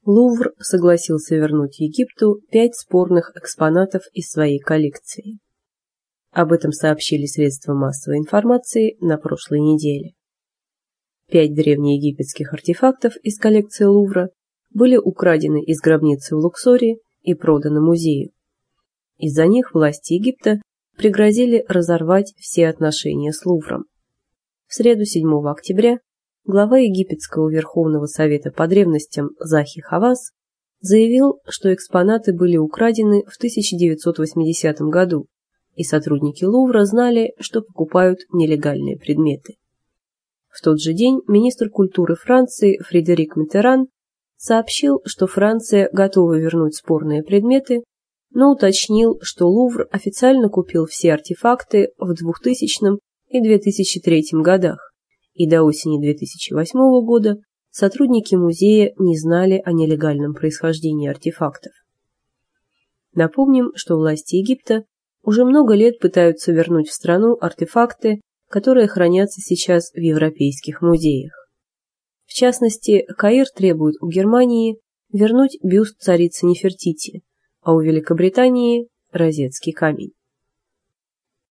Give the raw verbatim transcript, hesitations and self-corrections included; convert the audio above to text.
Лувр согласился вернуть Египту пять спорных экспонатов из своей коллекции. Об этом сообщили средства массовой информации на прошлой неделе. Пять древнеегипетских артефактов из коллекции Лувра были украдены из гробницы в Луксоре и проданы музею. Из-за них власти Египта пригрозили разорвать все отношения с Лувром. В среду седьмого октября глава Египетского Верховного Совета по древностям Захи Хавас заявил, что экспонаты были украдены в тысяча девятьсот восьмидесятом году, и сотрудники Лувра знали, что покупают нелегальные предметы. В тот же день министр культуры Франции Фредерик Миттеран сообщил, что Франция готова вернуть спорные предметы, но уточнил, что Лувр официально купил все артефакты в двухтысячном и две тысячи третьем годах, и до осени две тысячи восьмого года сотрудники музея не знали о нелегальном происхождении артефактов. Напомним, что власти Египта уже много лет пытаются вернуть в страну артефакты, которые хранятся сейчас в европейских музеях. В частности, Каир требует у Германии вернуть бюст царицы Нефертити, а у Великобритании – Розетский камень.